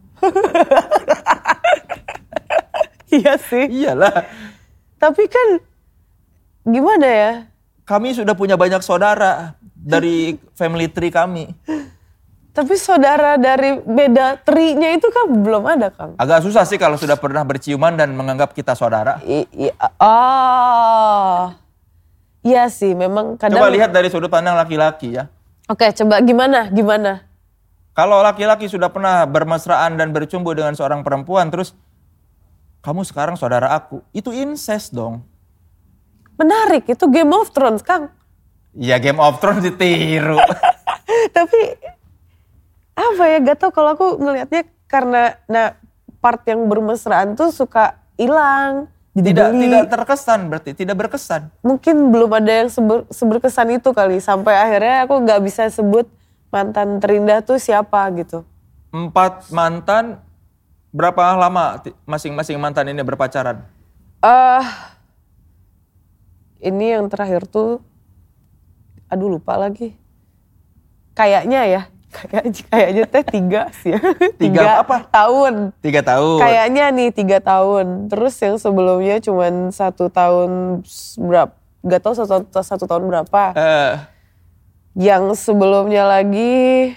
Iya sih. Iyalah. Tapi kan gimana ya? Kami sudah punya banyak saudara dari family tree kami. Tapi saudara dari beda tree-nya itu kan belum ada, Kang. Agak susah sih kalau sudah pernah berciuman dan menganggap kita saudara. I- i- oh. Iya sih, memang kadang. Coba lihat dari sudut pandang laki-laki ya. Oke, coba gimana? Gimana? Kalau laki-laki sudah pernah bermesraan dan bercumbu dengan seorang perempuan, terus kamu sekarang saudara aku, itu incest dong. Menarik, itu Game of Thrones, Kang. Iya, Game of Thrones ditiru. Tapi apa ya, gak tau kalau aku ngelihatnya karena nah part yang bermesraan tuh suka hilang. Tidak tidak terkesan berarti, tidak berkesan. Mungkin belum ada yang seber, seberkesan itu kali. Sampai akhirnya aku gak bisa sebut mantan terindah tuh siapa gitu. Empat mantan, berapa lama masing-masing mantan ini berpacaran? Eh, uh, Ini yang terakhir tuh, aduh lupa lagi. Kayaknya ya, kayak kayaknya teh tiga sih ya. Tiga, tiga apa? Tahun. Tiga tahun. Kayaknya nih tiga tahun. Terus yang sebelumnya cuman satu tahun berapa? Gak tau satu, satu tahun berapa. Uh. Yang sebelumnya lagi,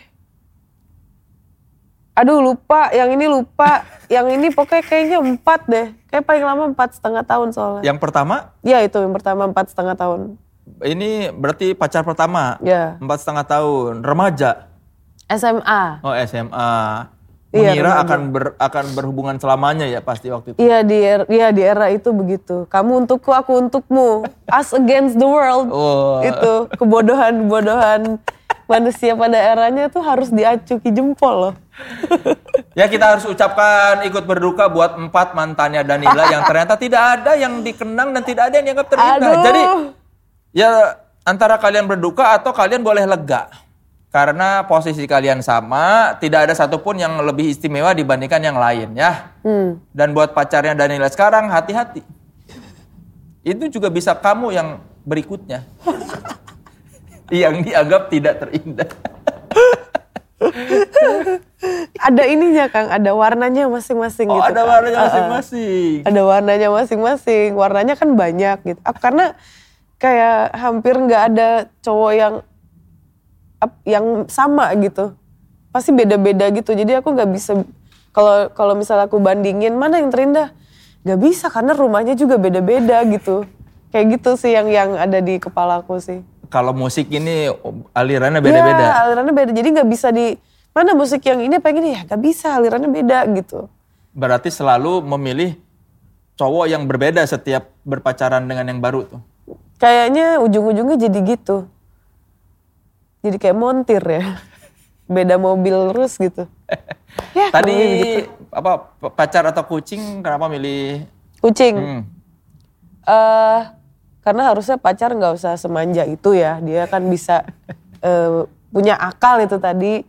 aduh lupa. Yang ini lupa. Yang ini pokoknya kayaknya empat deh. Kayak paling lama empat setengah tahun soalnya. Yang pertama? Iya itu yang pertama empat setengah tahun. Ini berarti pacar pertama? Iya. Empat setengah tahun. Remaja? S M A. Oh S M A. Mengira iya, akan ber, akan berhubungan selamanya ya pasti waktu itu. Iya di era, iya di era itu begitu. Kamu untukku, aku untukmu. Us against the world. Oh. Itu kebodohan-kebodohan manusia pada eranya tuh harus diacuki jempol loh. Ya kita harus ucapkan ikut berduka buat empat mantannya Danila yang ternyata tidak ada yang dikenang dan tidak ada yang dianggap terindah. Jadi ya antara kalian berduka atau kalian boleh lega. Karena posisi kalian sama, tidak ada satupun yang lebih istimewa dibandingkan yang lain ya. Hmm. Dan buat pacarnya Danila sekarang, hati-hati. Itu juga bisa kamu yang berikutnya. Yang dianggap tidak terindah. Ada ininya Kang, ada warnanya masing-masing oh, gitu. ada warnanya uh, masing-masing. Ada warnanya masing-masing, warnanya kan banyak gitu. Karena kayak hampir nggak ada cowok yang yang sama gitu, pasti beda-beda gitu. Jadi aku nggak bisa kalau kalau misalnya aku bandingin mana yang terindah, nggak bisa karena rumahnya juga beda-beda gitu. Kayak gitu sih yang yang ada di kepalaku sih. Kalau musik ini alirannya beda-beda. Ya, alirannya beda. Jadi nggak bisa di mana musik yang ini pengen ya nggak bisa, alirannya beda gitu. Berarti selalu memilih cowok yang berbeda setiap berpacaran dengan yang baru tuh. Kayaknya ujung-ujungnya jadi gitu. Jadi kayak montir ya, beda mobil terus gitu. Ya, tadi gitu. Apa pacar atau kucing? Kenapa milih kucing? Hmm. Uh, karena harusnya pacar nggak usah semanja itu ya, dia kan bisa uh, punya akal itu tadi.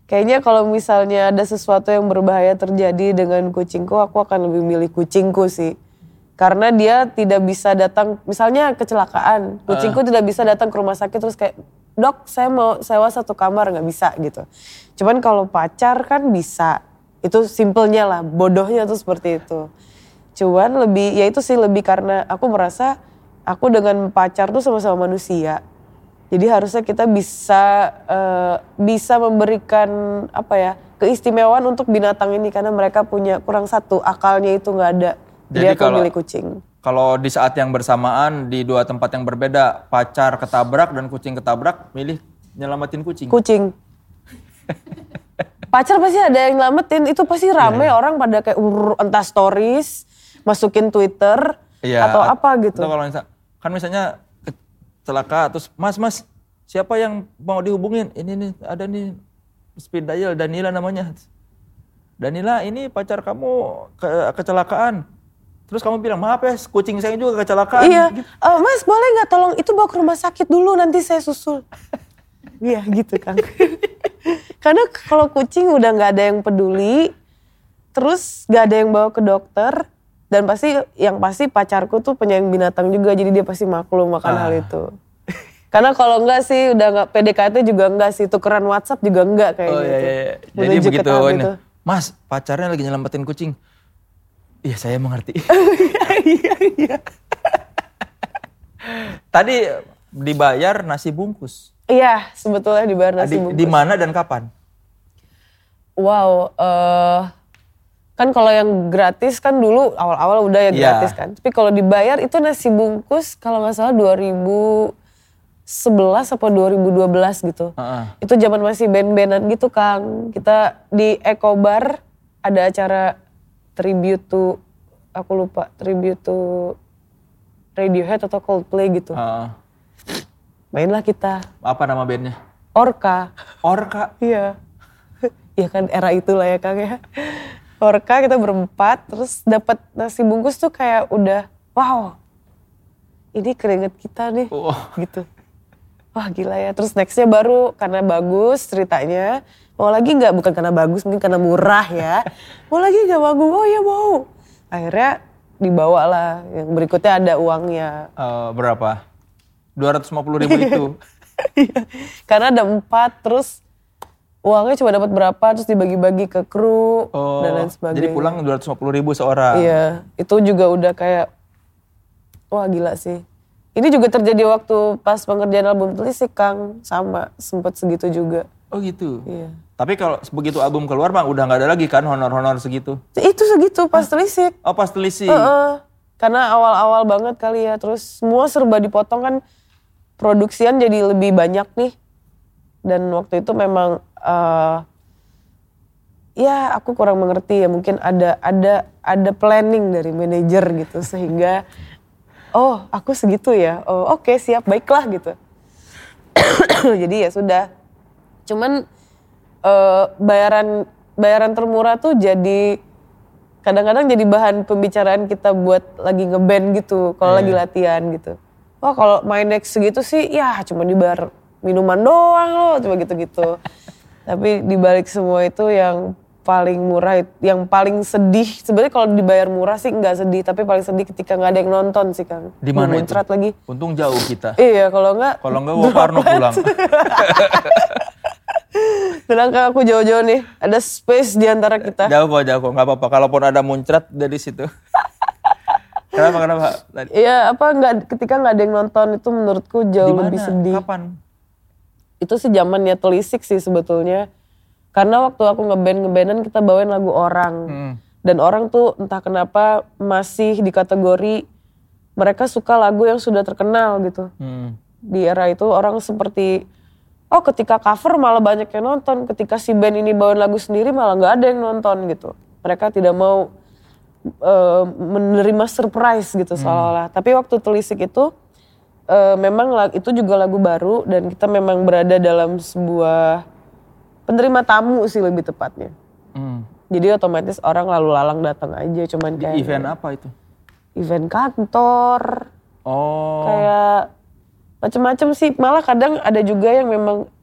kayaknya kalau misalnya ada sesuatu yang berbahaya terjadi dengan kucingku, aku akan lebih milih kucingku sih. Karena dia tidak bisa datang, misalnya kecelakaan, kucingku uh. tidak bisa datang ke rumah sakit terus kayak, dok saya mau sewa satu kamar, nggak bisa gitu. Cuman kalau pacar kan bisa, itu simpelnya lah, bodohnya tuh seperti itu. Cuman lebih, ya itu sih lebih karena aku merasa aku dengan pacar tuh sama-sama manusia. Jadi harusnya kita bisa uh, bisa memberikan apa ya keistimewaan untuk binatang ini karena mereka punya kurang satu akalnya itu nggak ada. Jadi, Jadi aku milih kucing. Kalau di saat yang bersamaan di dua tempat yang berbeda pacar ketabrak dan kucing ketabrak, milih nyelamatin kucing. Kucing. Pacar pasti ada yang nyelamatin, itu pasti rame yeah, orang pada kayak uh, entah stories, masukin Twitter yeah, atau apa gitu. Atau kalau misal, kan misalnya celaka terus mas mas siapa yang mau dihubungin ini nih ada nih speed dial Danila namanya. Danila ini pacar kamu ke, kecelakaan. Terus kamu bilang maaf ya kucing saya juga kecelakaan. Iya gitu. uh, mas boleh nggak tolong itu bawa ke rumah sakit dulu nanti saya susul. Iya gitu kan. Karena kalau kucing udah nggak ada yang peduli, terus nggak ada yang bawa ke dokter. Dan pasti yang pasti pacarku tuh penyayang binatang juga, jadi dia pasti maklum makan ah. hal itu. Karena kalau enggak sih udah enggak P D K T juga enggak sih, tukeran WhatsApp juga enggak kayaknya. Oh iya iya. Jadi begitu, itu. Mas pacarnya lagi nyelamatin kucing. Iya saya mengerti. Iya iya. Tadi dibayar nasi bungkus. Iya sebetulnya dibayar nasi di, bungkus. Di mana dan kapan? Wow. Uh, Kan kalau yang gratis kan dulu awal-awal udah ya gratis yeah. kan. Tapi kalau dibayar itu nasi bungkus kalau nggak salah dua ribu sebelas atau dua ribu dua belas gitu. Uh-uh. Itu zaman masih band-bandan gitu Kang. Kita di Eco Bar ada acara tribute to, aku lupa, tribute to Radiohead atau Coldplay gitu. Uh. Mainlah kita. Apa nama bandnya? Orca. Orca? Iya. Iya kan era itulah ya Kang ya. Orca kita berempat, terus dapat nasi bungkus tuh kayak udah, wow, ini keringet kita nih, oh. gitu. Wah gila ya, terus nextnya baru karena bagus ceritanya, mau lagi nggak? Bukan karena bagus, mungkin karena murah ya. Mau lagi nggak bagus? Oh ya mau. Akhirnya dibawa lah, yang berikutnya ada uangnya. Uh, berapa? dua ratus lima puluh ribu itu? Karena ada empat, terus uangnya cuma dapat berapa terus dibagi-bagi ke kru oh, dan lain sebagainya. Jadi pulang dua ratus lima puluh ribu seorang. Iya, itu juga udah kayak wah gila sih. Ini juga terjadi waktu pas pengerjaan album Telisik Kang, sama sempet segitu juga. Oh gitu. Iya. Tapi kalau begitu album keluar mah udah nggak ada lagi kan honor-honor segitu. Itu segitu pas ah. Telisik. Oh pas Telisik. Uh-uh. Karena awal-awal banget kali ya, terus semua serba dipotong kan, produksian jadi lebih banyak nih. Dan waktu itu memang uh, ya aku kurang mengerti ya, mungkin ada ada ada planning dari manajer gitu sehingga oh aku segitu ya, oh oke okay, siap baiklah gitu. Jadi ya sudah. Cuman uh, bayaran bayaran termurah tuh jadi kadang-kadang jadi bahan pembicaraan kita buat lagi ngeband gitu kalau yeah. lagi latihan gitu. Wah kalau main next segitu sih ya cuma dibayar minuman doang loh, cuma gitu-gitu. Tapi dibalik semua itu yang paling murah, yang paling sedih. Sebenarnya kalau dibayar murah sih nggak sedih, tapi paling sedih ketika nggak ada yang nonton sih Kang. Di mana itu? Lagi. Untung jauh kita. Iya, kalau nggak. Kalau nggak gua Parno pulang. Tenang Kang, aku jauh-jauh nih. Ada space di antara kita. Jauh kok, jauh kok, nggak apa-apa. Kalaupun ada muncrat dari situ. Kenapa, kenapa? Iya, apa nggak ketika nggak ada yang nonton itu menurutku jauh Dimana? lebih sedih. Kapan? Itu sih zamannya Telisik sih sebetulnya. Karena waktu aku ngeband-ngebandan kita bawain lagu Orang. Hmm. Dan Orang tuh entah kenapa masih di kategori mereka suka lagu yang sudah terkenal gitu. Hmm. Di era itu orang seperti, oh ketika cover malah banyak yang nonton. Ketika si band ini bawain lagu sendiri malah gak ada yang nonton gitu. Mereka tidak mau uh, menerima surprise gitu hmm. seolah-olah. Tapi waktu Telisik itu, Uh, memang itu juga lagu baru dan kita memang berada dalam sebuah penerima tamu sih lebih tepatnya. Hmm. Jadi otomatis orang lalu lalang datang aja, cuman di kayak event apa itu? Event kantor. Oh. Kayak macam-macam sih. Malah kadang ada juga yang memang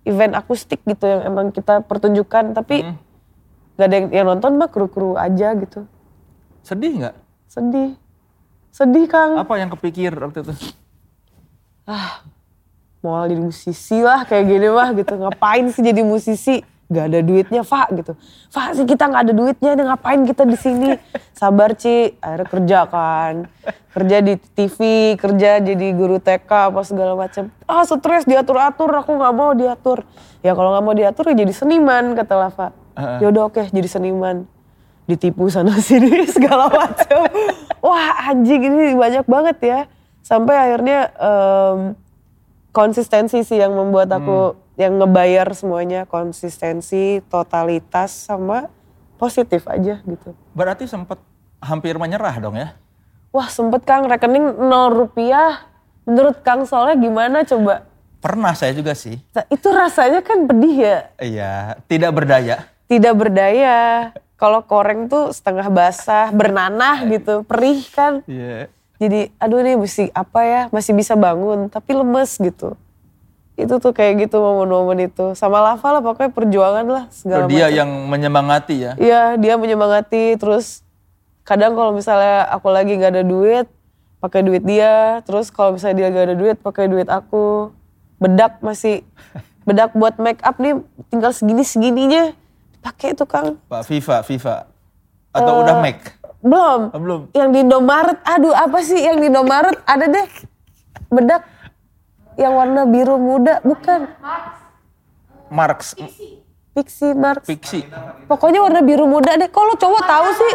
event akustik gitu yang emang kita pertunjukan. Tapi hmm. gak ada yang, yang nonton mah kru-kru aja gitu. Sedih gak? Sedih. Sedih Kang. Apa yang kepikir waktu itu? Ah, mau jadi musisi lah kayak gini mah gitu. Ngapain sih jadi musisi? Gak ada duitnya, Pak gitu. Pak sih kita gak ada duitnya, ngapain kita di sini? Sabar Ci, akhirnya kerja kan. Kerja di T V, kerja jadi guru T K apa segala macam. Ah stres diatur-atur, aku gak mau diatur. Ya kalau gak mau diatur ya jadi seniman kata Lava. Uh-uh. Yaudah oke jadi seniman. Ditipu sana sini segala macam. Wah anjing ini banyak banget ya. Sampai akhirnya um, konsistensi sih yang membuat aku... Hmm. Yang ngebayar semuanya, konsistensi, totalitas, sama positif aja gitu. Berarti sempet hampir menyerah dong ya? Wah sempet Kang, rekening nol rupiah. Menurut Kang soalnya gimana coba? Pernah saya juga sih. Itu rasanya kan pedih ya? Iya, tidak berdaya. Tidak berdaya. Kalau koreng tuh setengah basah, bernanah gitu, perih kan. Iya. Yeah. Jadi aduh nih mesti apa ya, masih bisa bangun tapi lemes gitu. Itu tuh kayak gitu momen-momen itu. Sama Lava lah pokoknya perjuangan lah segala macam. Dia yang menyemangati ya? Iya dia menyemangati. Terus kadang kalau misalnya aku lagi gak ada duit, pakai duit dia. Terus kalau misalnya dia gak ada duit, pakai duit aku. Bedak masih, bedak buat make up nih tinggal segini-segininya. Pakai itu Kang. Pak Viva, Viva. Atau uh, udah make? Belum. Oh, belum. Yang di Indomaret, aduh apa sih yang di Indomaret ada deh. Bedak. Yang warna biru muda, bukan? Marks. Pixie. Pixie, Marks. Pixie. Pokoknya warna biru muda deh. Kok lo cowok tahu sih?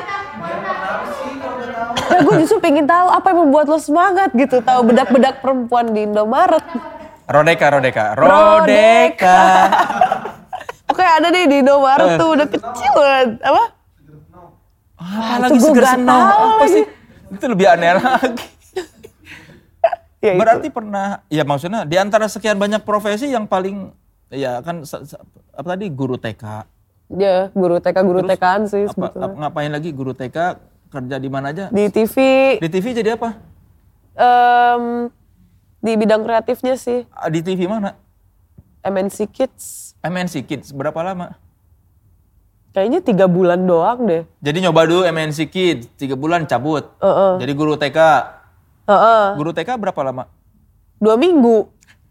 Ya gue justru pengen tahu apa yang membuat lo semangat gitu. Tahu bedak-bedak perempuan di Indomaret. Rodeka, Rodeka. Rodeka. Oke ada deh di Indomaret tuh, udah kecil banget. Apa? Ah, lagi seger snow. Apa sih? Itu lebih aneh lagi. Ya, berarti itu. Pernah, ya maksudnya di antara sekian banyak profesi yang paling, ya kan apa tadi guru T K. Ya guru T K, guru T K-an sih apa, sebetulnya. Ngapain lagi guru T K, kerja di mana aja? Di T V. Di T V jadi apa? Um, di bidang kreatifnya sih. Di T V mana? M N C Kids. M N C Kids, berapa lama? Kayaknya tiga bulan doang deh. Jadi nyoba dulu M N C Kids, tiga bulan cabut. Uh-uh. Jadi guru T K. Uh-uh. Guru T K berapa lama? Dua minggu.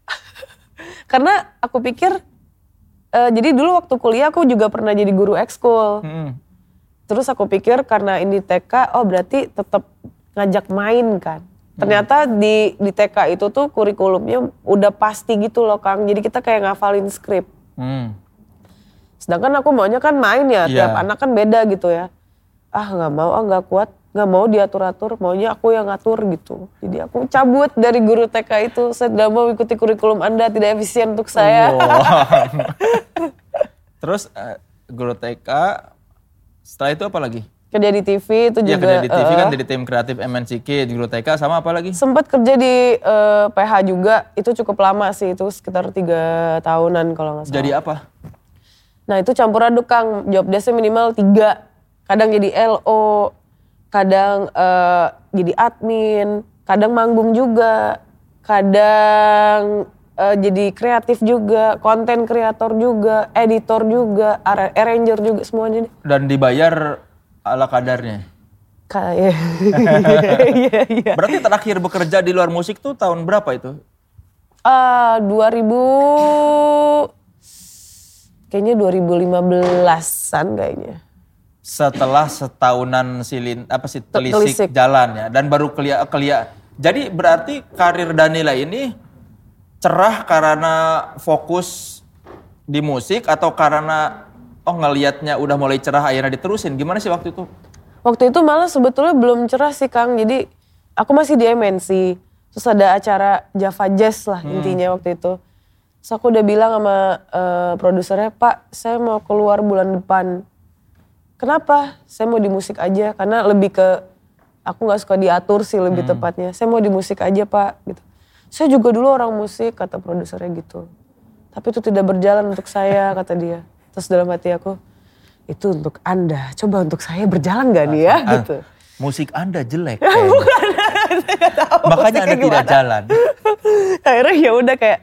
Karena aku pikir, uh, jadi dulu waktu kuliah aku juga pernah jadi guru ekskul. Hmm. Terus aku pikir karena ini T K, oh berarti tetap ngajak main kan. Ternyata hmm. di di T K itu tuh kurikulumnya udah pasti gitu loh Kang. Jadi kita kayak ngafalin skrip. Hmm. Sedangkan aku maunya kan main ya, yeah. Tiap anak kan beda gitu ya. Ah gak mau, ah gak kuat. Gak mau diatur-atur, maunya aku yang ngatur gitu. Jadi aku cabut dari guru T K itu. Saya tidak mau ikuti kurikulum Anda, tidak efisien untuk saya. Wow. Terus uh, guru T K, setelah itu apa lagi? Kerja di T V itu ya, juga. Kerja di T V uh, kan jadi tim kreatif M N C Kids, guru T K sama apa lagi? Sempat kerja di uh, P H juga, itu cukup lama sih, itu sekitar tiga tahunan kalau gak salah. Jadi apa? Nah itu campur aduk Kang, job desk-nya minimal tiga. Kadang jadi L O, kadang uh, jadi admin, kadang manggung juga, kadang uh, jadi kreatif juga, konten kreator juga, editor juga, arranger juga, semuanya deh. Dan dibayar ala kadarnya? Kayak, iya, iya. Berarti terakhir bekerja di luar musik tuh tahun berapa itu? Uh, dua ribu, kayaknya dua ribu lima belasan kayaknya. Setelah setahunan silin apa sih telisik, telisik jalan ya dan baru kelia kelia. Jadi berarti karir Danila ini cerah karena fokus di musik atau karena oh ngelihatnya udah mulai cerah akhirnya diterusin. Gimana sih waktu itu? Waktu itu malah sebetulnya belum cerah sih Kang. Jadi aku masih di M N C. Terus ada acara Java Jazz lah hmm. intinya waktu itu. Terus aku udah bilang sama uh, produsernya, Pak saya mau keluar bulan depan. Kenapa? Saya mau di musik aja karena lebih ke aku nggak suka diatur sih lebih hmm. tepatnya. Saya mau di musik aja Pak. Gitu. Saya juga dulu orang musik kata produsernya gitu. Tapi itu tidak berjalan untuk saya kata dia. Terus dalam hati aku itu untuk Anda. Coba untuk saya berjalan gak nih ya? Ah, gitu. Musik Anda jelek. Bukan, saya gak tahu makanya Anda tidak gimana. Jalan. Akhirnya ya udah kayak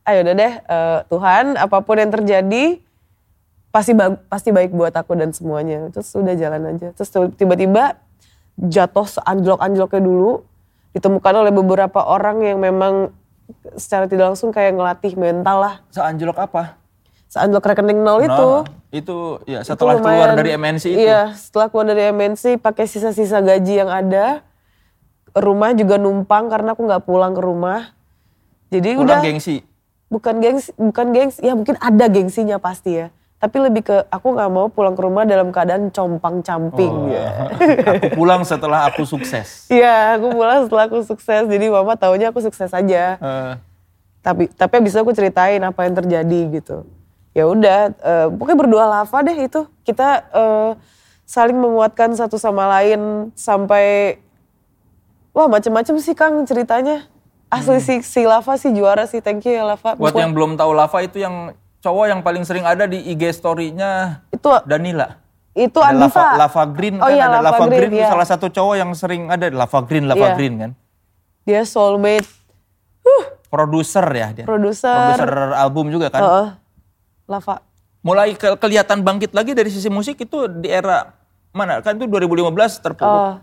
ayo udah deh uh, Tuhan apapun yang terjadi pasti ba- pasti baik buat aku dan semuanya. Terus udah jalan aja. Terus tiba-tiba jatuh seanjlok-anjloknya dulu, ditemukan oleh beberapa orang yang memang secara tidak langsung kayak ngelatih mental lah. Seanjlok apa? Seanjlok rekening nol itu. Nah, itu ya setelah itu keluar dari M N C itu. Iya, setelah keluar dari M N C pakai sisa-sisa gaji yang ada. Rumah juga numpang karena aku gak pulang ke rumah. Jadi pulang udah. gengsi? Bukan gengsi, bukan gengsi, ya mungkin ada gengsinya pasti ya. Tapi lebih ke aku gak mau pulang ke rumah dalam keadaan compang-camping. Oh, ya. Aku pulang setelah aku sukses. Iya, aku pulang setelah aku sukses. Jadi mama taunya aku sukses aja. Uh. Tapi tapi abis itu aku ceritain apa yang terjadi gitu. Ya udah, uh, pokoknya berdua lava deh itu. Kita uh, saling menguatkan satu sama lain sampai wah macem-macem sih Kang ceritanya. Asli hmm. si, si Lava sih juara sih, thank you ya Lava. Buat yang belum tahu Lava itu yang cowok yang paling sering ada di I G story-nya itu Danila. Itu ada Andiva. Lava, Lava Green oh, kan iya, ada Lava, Lava Green, Green iya. salah satu cowok yang sering ada Lava Green, Lava iya. Green kan. Dia soulmate. Huh. Produser ya dia. Produser. Produser album juga kan. Uh, Lava. Mulai ke- kelihatan bangkit lagi dari sisi musik itu di era mana? Kan itu dua ribu lima belas terpuruk. Uh.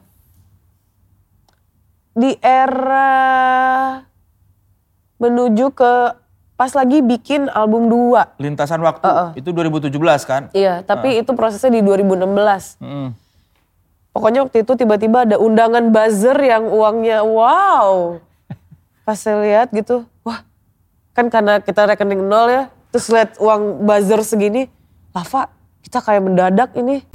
Di era menuju ke pas lagi bikin album dua. Lintasan Waktu, uh-uh. itu dua ribu tujuh belas kan? Iya, tapi uh. itu prosesnya di dua ribu enam belas. Mm. Pokoknya waktu itu tiba-tiba ada undangan buzzer yang uangnya wow. Pas saya lihat gitu, wah kan karena kita rekening nol ya, terus lihat uang buzzer segini, Lava kita kayak mendadak ini.